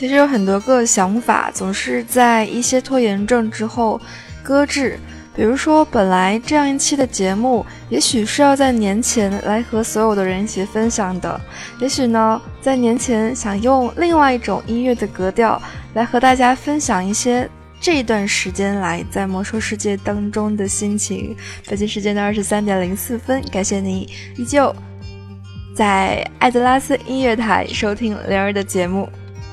其实有很多个想法总是在一些拖延症之后搁置，比如说本来这样一期的节目也许是要在年前来和所有的人一起分享的，也许呢在年前想用另外一种音乐的格调来和大家分享一些这一段时间来在魔兽世界当中的心情。北京时间的23:04，感谢你依旧在艾泽拉斯音乐台收听灵儿的节目。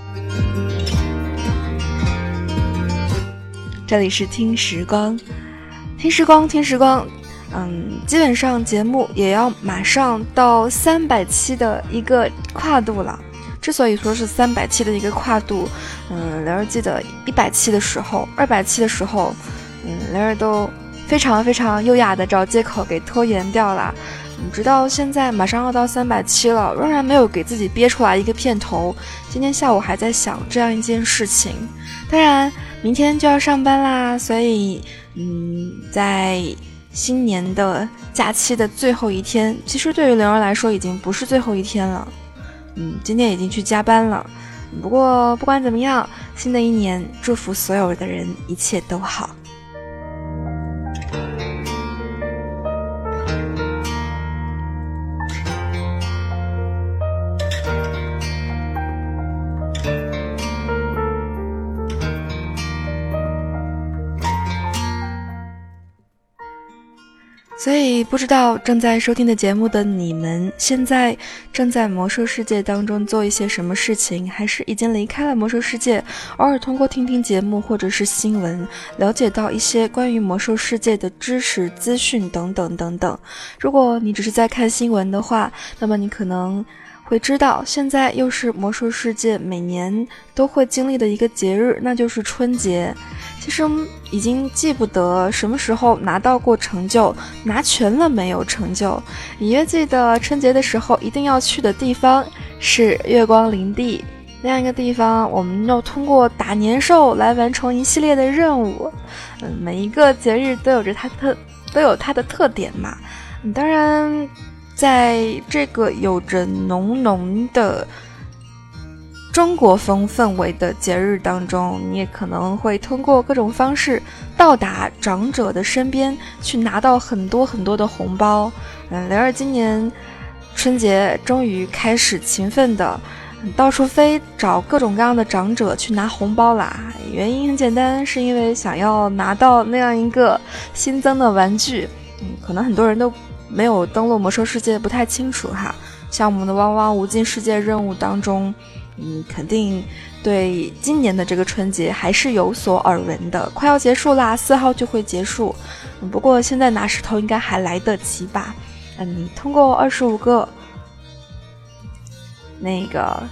这里是听时光，听时光，听时光。基本上节目也要马上到300期的一个跨度了。之所以说是300期的一个跨度，灵儿记得100期的时候、200期的时候，灵儿都非常非常优雅的找借口给拖延掉了。直到现在马上要到300期了，仍然没有给自己憋出来一个片头。今天下午还在想这样一件事情，当然明天就要上班啦，所以在新年的假期的最后一天，其实对于灵儿来说已经不是最后一天了。今天已经去加班了。不过不管怎么样，新的一年祝福所有的人一切都好。所以不知道正在收听的节目的你们，现在正在魔兽世界当中做一些什么事情，还是已经离开了魔兽世界，偶尔通过听听节目或者是新闻了解到一些关于魔兽世界的知识资讯等等等等。如果你只是在看新闻的话，那么你可能会知道现在又是魔兽世界每年都会经历的一个节日，那就是春节。其实已经记不得什么时候拿到过成就，拿全了没有成就。隐约记得春节的时候一定要去的地方是月光林地，那样一个地方我们要通过打年兽来完成一系列的任务。每一个节日都有它的特点嘛。当然在这个有着浓浓的中国风氛围的节日当中，你也可能会通过各种方式到达长者的身边，去拿到很多很多的红包。灵儿今年春节终于开始勤奋的到处飞，找各种各样的长者去拿红包啦。原因很简单，是因为想要拿到那样一个新增的玩具。可能很多人都没有登录魔兽世界，不太清楚哈。像我们的汪汪无尽世界任务当中，肯定对今年的这个春节还是有所耳闻的。快要结束啦，4号就会结束。不过现在拿石头应该还来得及吧。你通过25个那个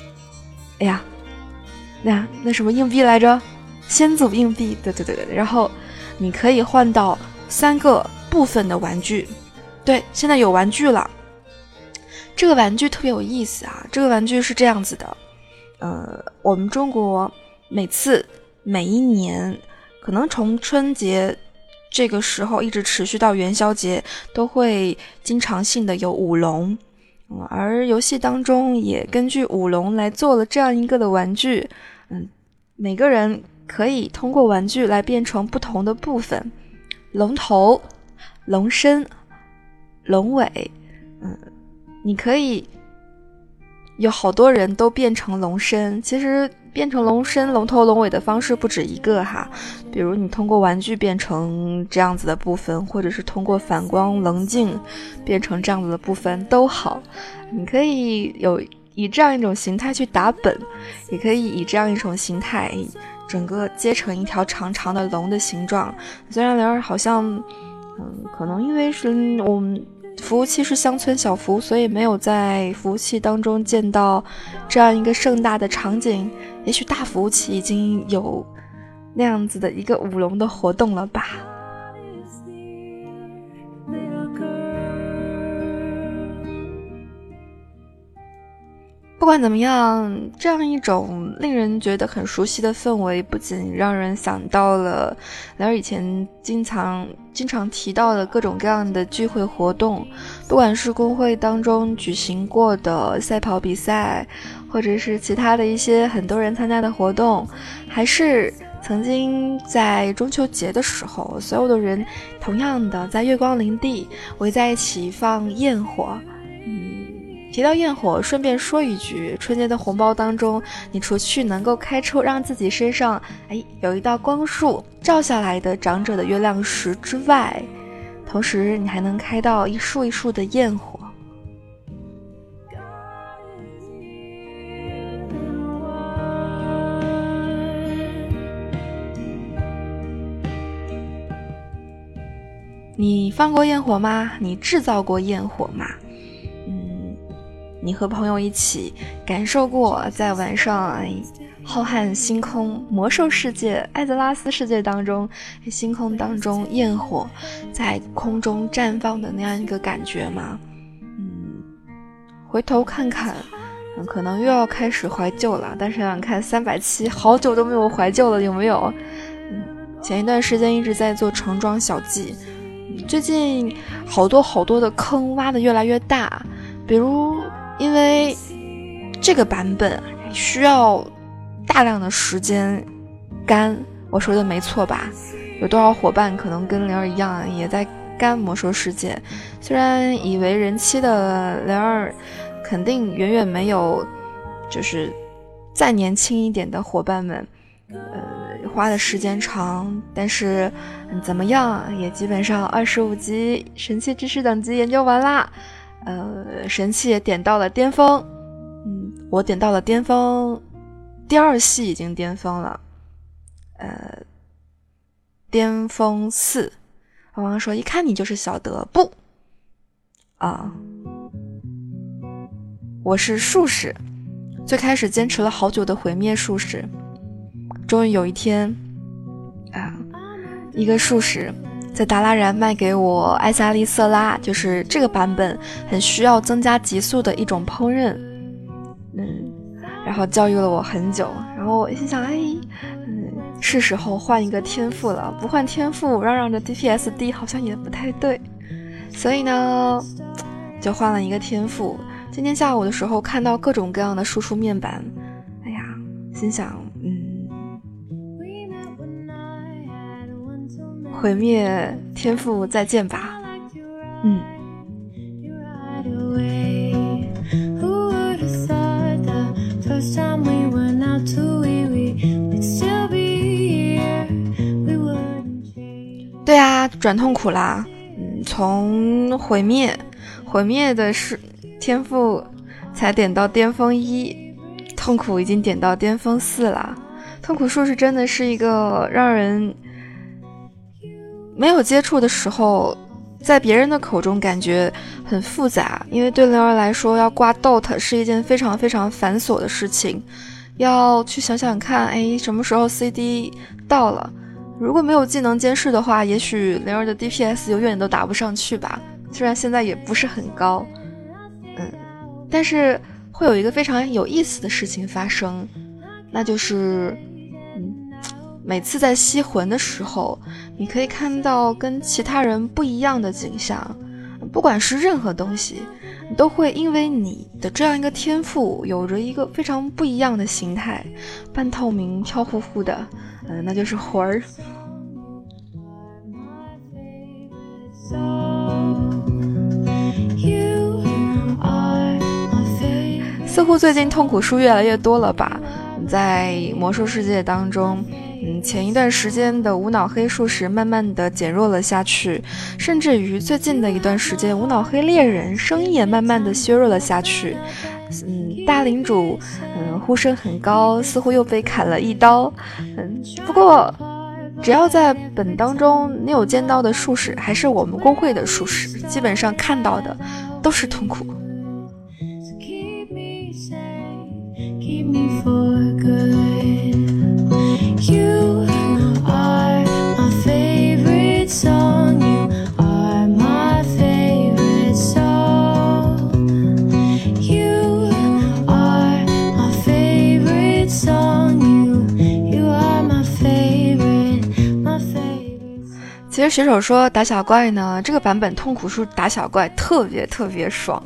那什么硬币来着，先祖硬币，对，然后你可以换到3个部分的玩具。对，现在有玩具了。这个玩具特别有意思啊，这个玩具是这样子的。我们中国每一年可能从春节这个时候一直持续到元宵节，都会经常性的有舞龙。而游戏当中也根据舞龙来做了这样一个的玩具。每个人可以通过玩具来变成不同的部分，龙头、龙身、龙尾。你可以有好多人都变成龙身，其实变成龙身、龙头、龙尾的方式不止一个哈。比如你通过玩具变成这样子的部分，或者是通过反光棱镜变成这样子的部分都好。你可以以这样一种形态去打本，也可以以这样一种形态整个接成一条长长的龙的形状。虽然灵儿好像可能因为是我们服务器是乡村小服，所以没有在服务器当中见到这样一个盛大的场景。也许大服务器已经有那样子的一个舞龙的活动了吧。不管怎么样，这样一种令人觉得很熟悉的氛围，不仅让人想到了聊以前经常提到的各种各样的聚会活动，不管是工会当中举行过的赛跑比赛，或者是其他的一些很多人参加的活动，还是曾经在中秋节的时候，所有的人同样的在月光林地围在一起放焰火。提到焰火，顺便说一句，春节的红包当中，你除去能够开出让自己身上有一道光束照下来的长者的月亮石之外，同时你还能开到一束一束的焰火。你放过焰火吗？你制造过焰火吗？你和朋友一起感受过在晚上浩瀚星空魔兽世界艾泽拉斯世界当中星空当中焰火在空中绽放的那样一个感觉吗？回头看看可能又要开始怀旧了，但是想想看300期好久都没有怀旧了，有没有？前一段时间一直在做橙装小记，最近好多的坑挖的越来越大，比如因为这个版本需要大量的时间干，我说的没错吧？有多少伙伴可能跟灵儿一样也在干魔兽世界，虽然以为人妻的灵儿肯定远远没有就是再年轻一点的伙伴们花的时间长，但是怎么样也基本上25级神器知识等级研究完啦，神器也点到了巅峰，我点到了巅峰，第2系已经巅峰了，巅峰4。我刚刚说一看你就是小德，不我是术士，最开始坚持了好久的毁灭术士，终于有一天一个术士在达拉然卖给我艾萨利瑟拉，就是这个版本很需要增加极速的一种烹饪，然后教育了我很久，然后我心想是时候换一个天赋了，不换天赋嚷着 DPS 低好像也不太对，所以呢就换了一个天赋。今天下午的时候看到各种各样的输出面板，心想毁灭天赋再见吧。对啊，转痛苦啦。从毁灭的是天赋才点到巅峰1，痛苦已经点到巅峰4了。痛苦术士真的是一个让人没有接触的时候，在别人的口中感觉很复杂，因为对灵儿来说要挂 DOT 是一件非常非常繁琐的事情，要去想想看什么时候 CD 到了，如果没有技能监视的话，也许灵儿的 DPS 永远都打不上去吧，虽然现在也不是很高，但是会有一个非常有意思的事情发生，那就是每次在吸魂的时候，你可以看到跟其他人不一样的景象，不管是任何东西，你都会因为你的这样一个天赋有着一个非常不一样的形态，半透明飘忽忽的，那就是魂儿。似乎最近痛苦书越来越多了吧，在魔兽世界当中前一段时间的无脑黑术士慢慢的减弱了下去，甚至于最近的一段时间无脑黑猎人声音也慢慢的削弱了下去，大领主呼声很高，似乎又被砍了一刀，不过只要在本当中你有见到的术士还是我们公会的术士，基本上看到的都是痛苦。Keep me for good. You are my favorite song. You are my favorite song. You are 其实写手说打小怪呢，这个版本痛苦树打小怪特别爽。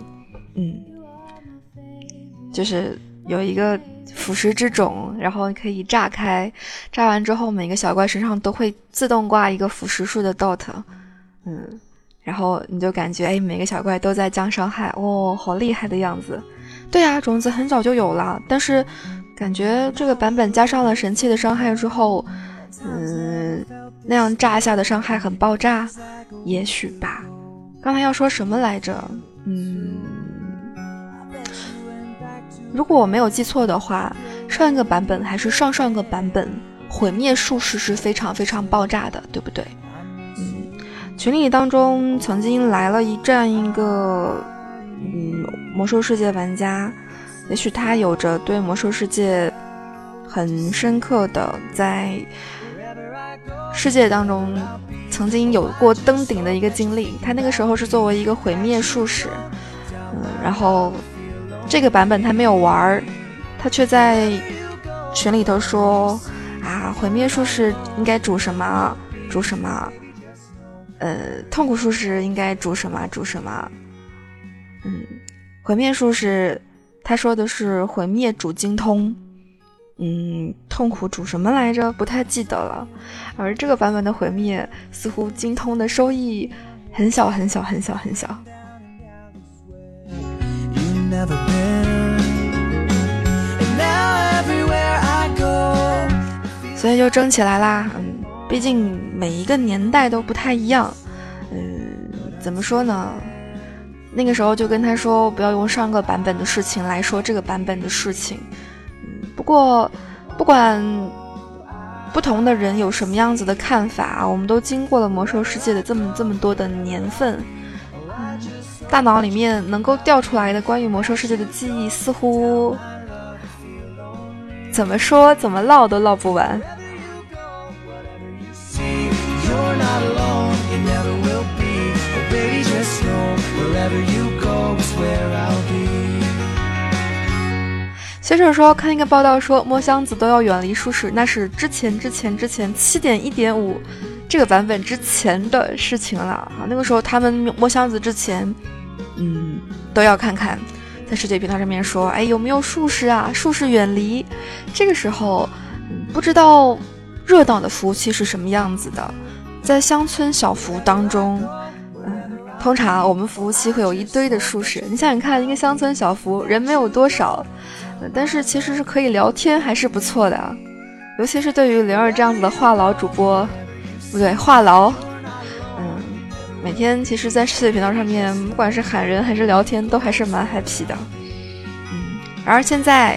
就是有一个腐蚀之种，然后可以炸开，炸完之后每个小怪身上都会自动挂一个腐蚀树的 dot。然后你就感觉每个小怪都在降伤害，好厉害的样子。对啊，种子很早就有了，但是感觉这个版本加上了神器的伤害之后，那样炸下的伤害很爆炸，也许吧。刚才要说什么来着？如果我没有记错的话，上一个版本还是上上个版本，毁灭术士是非常爆炸的，对不对？群里当中曾经来了这样一个魔兽世界玩家，也许他有着对魔兽世界很深刻的在世界当中曾经有过登顶的一个经历。他那个时候是作为一个毁灭术士，然后这个版本他没有玩，他却在群里头说毁灭术士应该煮什么，痛苦术士应该煮什么。毁灭术士他说的是毁灭煮精通，痛苦煮什么来着？不太记得了。而这个版本的毁灭似乎精通的收益很小。所以就争起来啦。毕竟每一个年代都不太一样。怎么说呢？那个时候就跟他说不要用上个版本的事情来说这个版本的事情。不过不管不同的人有什么样子的看法，我们都经过了魔兽世界的这么多的年份，大脑里面能够调出来的关于魔兽世界的记忆似乎怎么说怎么唠都唠不完。学者说看一个报道说摸箱子都要远离术士，那是之前 7.1.5 这个版本之前的事情了。那个时候他们摸箱子之前都要看看在世界频道上面说有没有术士啊，术士远离。这个时候不知道热闹的服务器是什么样子的。在乡村小服当中通常我们服务器会有一堆的术士，你想想看，一个乡村小服人没有多少，但是其实是可以聊天，还是不错的。尤其是对于灵儿这样子的话痨主播，不对，话痨，每天其实在世界频道上面不管是喊人还是聊天都还是蛮 happy 的。然而现在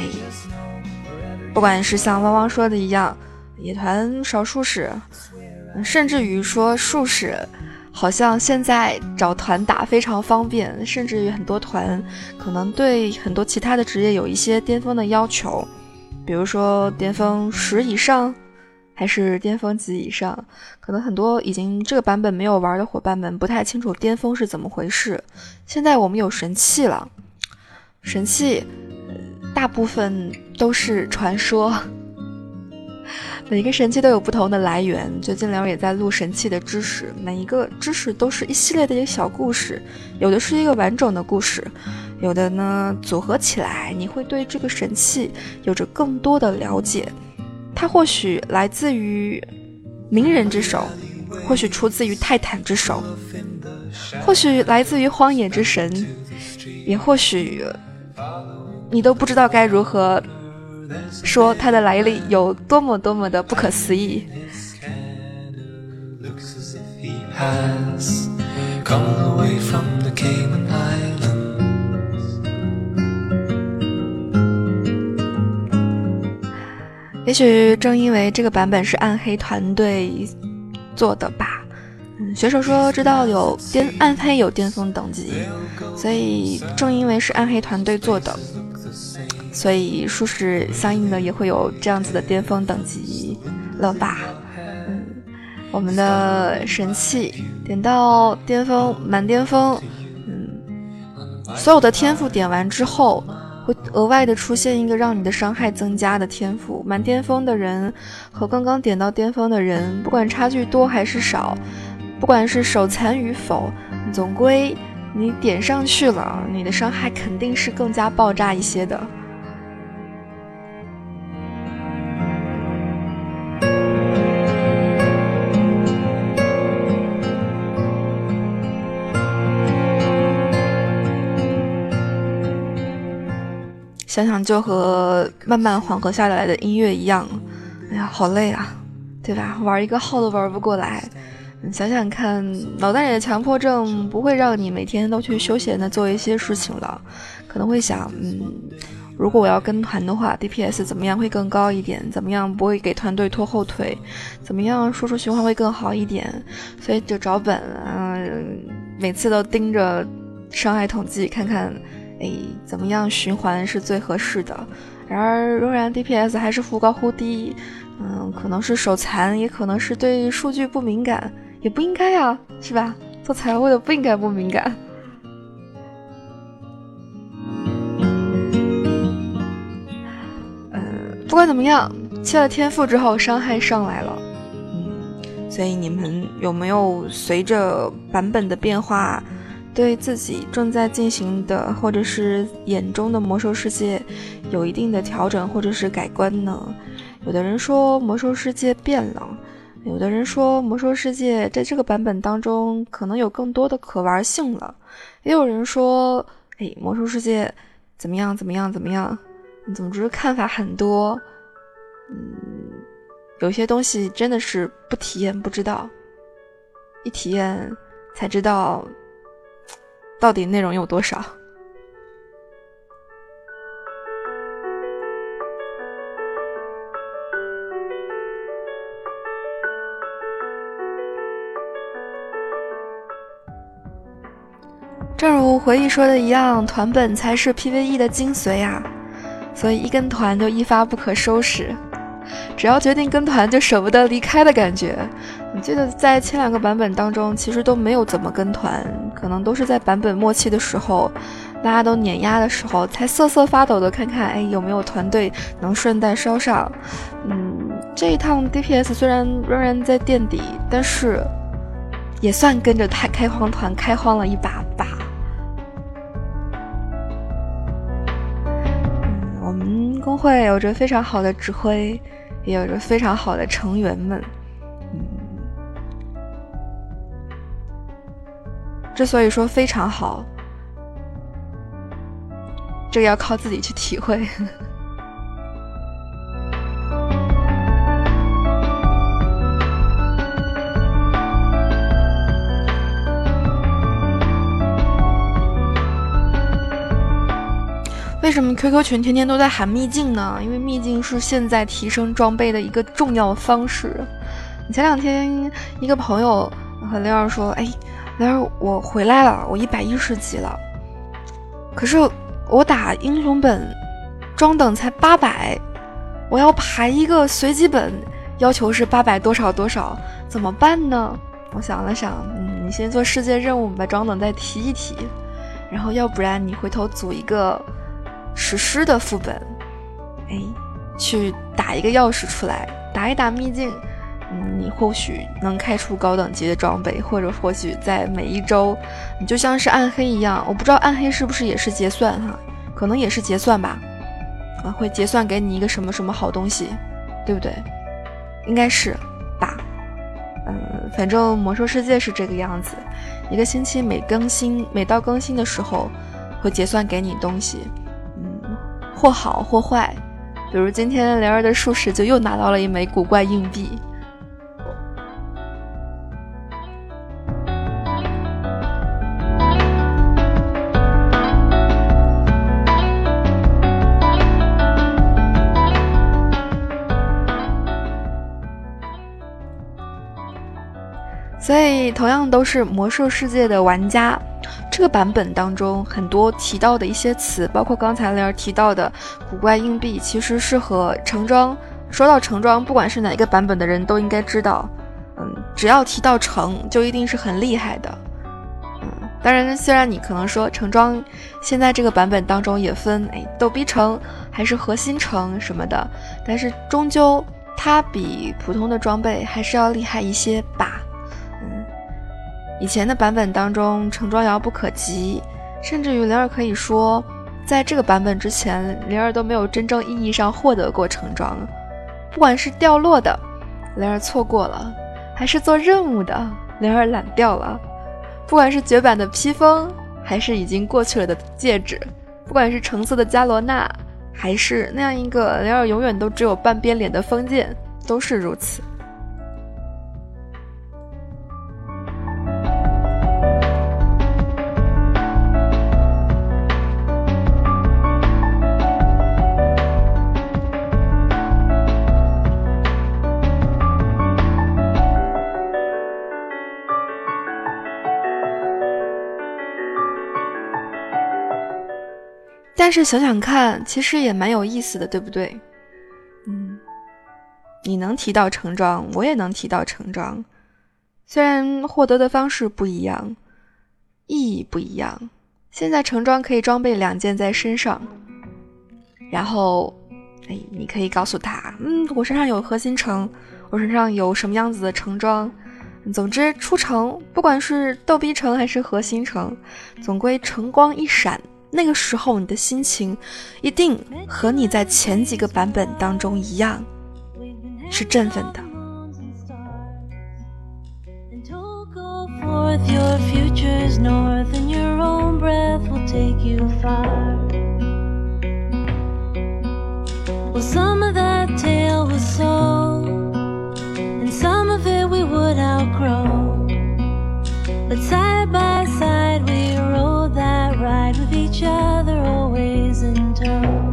不管是像汪汪说的一样，野团少术士，甚至于说术士好像现在找团打非常方便，甚至于很多团可能对很多其他的职业有一些巅峰的要求，比如说巅峰10以上还是巅峰几以上，可能很多已经这个版本没有玩的伙伴们不太清楚巅峰是怎么回事。现在我们有神器了，神器大部分都是传说，每个神器都有不同的来源，最近聊也在录神器的知识，每一个知识都是一系列的一个小故事，有的是一个完整的故事，有的呢组合起来你会对这个神器有着更多的了解。它或许来自于鸣人之手，或许出自于泰坦之手，或许来自于荒野之神，也或许你都不知道该如何说它的来历有多么的不可思议。也许正因为这个版本是暗黑团队做的吧，选手说知道有暗黑有巅峰等级，所以正因为是暗黑团队做的，所以术士相应的也会有这样子的巅峰等级了吧。我们的神器点到巅峰满巅峰，所有的天赋点完之后会额外的出现一个让你的伤害增加的天赋。满巅峰的人和刚刚点到巅峰的人，不管差距多还是少，不管是手残与否，总归你点上去了，你的伤害肯定是更加爆炸一些的。想想就和慢慢缓和下来的音乐一样，哎呀，好累啊，对吧？玩一个号都玩不过来。想想看，脑袋里的强迫症不会让你每天都去休闲的做一些事情了，可能会想，如果我要跟团的话 DPS 怎么样会更高一点，怎么样不会给团队拖后腿，怎么样输出循环会更好一点，所以就找本，每次都盯着伤害统计看看怎么样循环是最合适的。然而仍然 DPS 还是忽高忽低，可能是手残，也可能是对数据不敏感，也不应该啊，是吧？做财务的不应该不敏感。不管怎么样，切了天赋之后伤害上来了，所以你们有没有随着版本的变化对自己正在进行的或者是眼中的魔兽世界有一定的调整或者是改观呢？有的人说魔兽世界变了，有的人说魔兽世界在这个版本当中可能有更多的可玩性了，也有人说魔兽世界怎么样怎么样怎么样，总之看法很多。有些东西真的是不体验不知道，一体验才知道到底内容有多少。正如回忆说的一样，团本才是 PVE 的精髓啊，所以一跟团就一发不可收拾，只要决定跟团就舍不得离开的感觉。你记得在前2个版本当中其实都没有怎么跟团，可能都是在版本末期的时候，大家都碾压的时候才瑟瑟发抖的看看有没有团队能顺带捎上。这一趟 DPS 虽然仍然在垫底，但是也算跟着他开荒团开荒了一把吧。我们公会有着非常好的指挥，也有着非常好的成员们。之所以说非常好，这个要靠自己去体会。为什么 QQ 群天天都在喊秘境呢？因为秘境是现在提升装备的一个重要方式。前2天一个朋友和灵儿说，灵儿我回来了，我110级了，可是我打英雄本装等才800，我要排一个随机本，要求是800多少多少，怎么办呢？我想了想，你先做世界任务，把装等再提一提，然后要不然你回头组一个史诗的副本，去打一个钥匙出来，打一打秘境，你或许能开出高等级的装备，或者或许在每一周，你就像是暗黑一样，我不知道暗黑是不是也是结算哈，可能也是结算吧，会结算给你一个什么什么好东西，对不对？应该是吧。反正魔兽世界是这个样子，一个星期每到更新的时候，会结算给你东西。或好或坏，比如今天灵儿的术士就又拿到了一枚古怪硬币。所以同样都是魔兽世界的玩家，这个版本当中很多提到的一些词，包括刚才灵儿提到的古怪硬币，其实是和橙装，说到橙装，不管是哪一个版本的人都应该知道，只要提到橙就一定是很厉害的。 当然，虽然你可能说橙装现在这个版本当中也分逗逼橙还是核心橙什么的，但是终究它比普通的装备还是要厉害一些吧。以前的版本当中橙装遥不可及，甚至于灵儿可以说在这个版本之前灵儿都没有真正意义上获得过橙装，不管是掉落的灵儿错过了，还是做任务的灵儿懒掉了，不管是绝版的披风还是已经过去了的戒指，不管是橙色的伽罗娜还是那样一个灵儿永远都只有半边脸的封建，都是如此。但是想想看，其实也蛮有意思的，对不对？你能提到橙装，我也能提到橙装，虽然获得的方式不一样，意义不一样。现在橙装可以装备2件在身上，然后你可以告诉他，我身上有核心橙，我身上有什么样子的橙装。总之出橙，不管是逗逼橙还是核心橙，总归橙光一闪，那个时候你的心情一定和你在前几个版本当中一样，是振奋的。Your future's north and your own breath will take you far. Well, some of that tale was so, and some of it we would outgrow. But side by side we rode that ride with each other always in tow.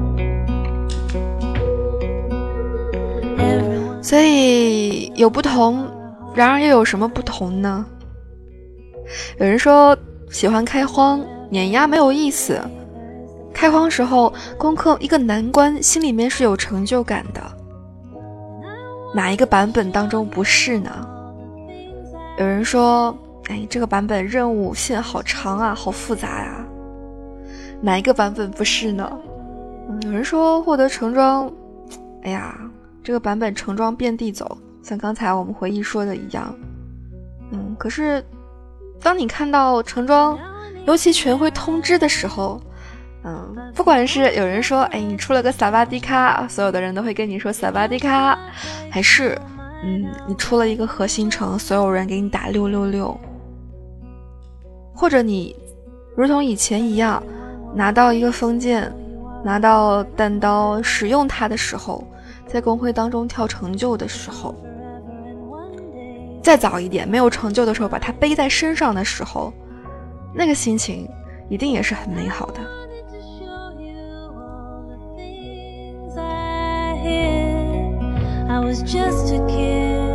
所以有不同，然而又有什么不同呢？有人说喜欢开荒，碾压没有意思。开荒时候攻克一个难关，心里面是有成就感的。哪一个版本当中不是呢？有人说这个版本任务线好长啊，好复杂呀。哪一个版本不是呢？有人说获得橙装，这个版本橙装遍地走，像刚才我们回忆说的一样。可是当你看到橙装尤其全会通知的时候，不管是有人说你出了个萨瓦迪卡，所有的人都会跟你说萨瓦迪卡，还是你出了一个核心橙，所有人给你打666，或者你如同以前一样拿到一个封建，拿到弹刀使用它的时候，在公会当中跳成就的时候，再早一点没有成就的时候把它背在身上的时候，那个心情一定也是很美好的。I was just a kid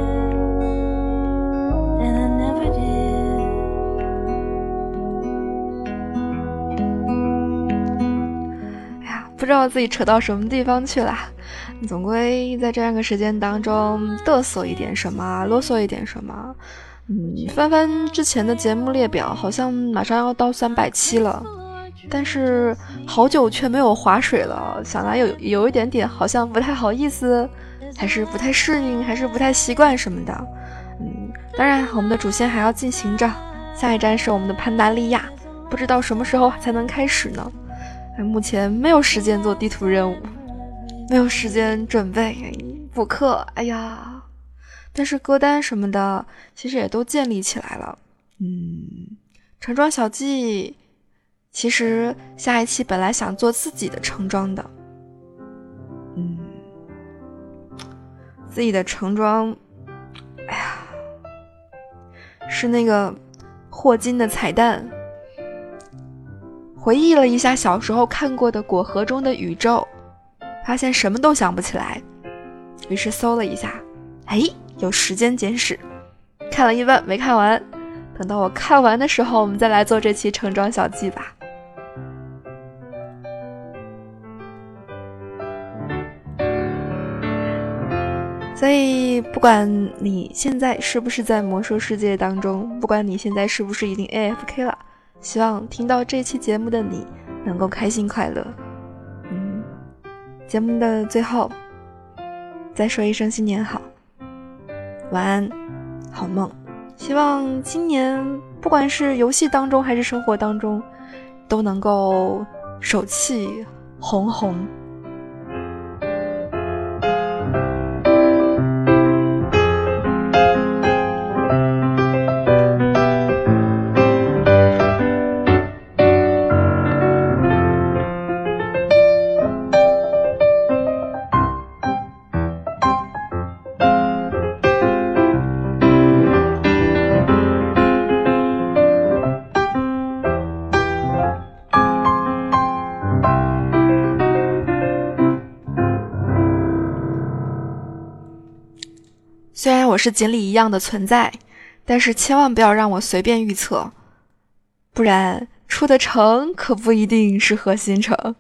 and I never did. 不知道自己扯到什么地方去了，总归在这样个时间当中嘚瑟一点什么，啰嗦一点什么。翻翻之前的节目列表，好像马上要到300期了，但是好久却没有划水了，想来有一点点好像不太好意思，还是不太适应，还是不太习惯什么的。当然我们的主线还要进行着，下一站是我们的潘达利亚，不知道什么时候才能开始呢。目前没有时间做地图任务，没有时间准备补课，但是歌单什么的其实也都建立起来了。橙装小记其实下一期本来想做自己的橙装的，自己的橙装是那个霍金的彩蛋，回忆了一下小时候看过的果核中的宇宙，发现什么都想不起来，于是搜了一下，有时间简史，看了一半没看完，等到我看完的时候我们再来做这期橙装小记吧。所以不管你现在是不是在魔兽世界当中，不管你现在是不是已经 AFK 了， 希望听到这期节目的你能够开心快乐。节目的最后再说一声新年好，晚安，好梦。希望今年不管是游戏当中还是生活当中都能够手气红红。虽然我是锦鲤一样的存在，但是千万不要让我随便预测，不然出的城可不一定是核心城。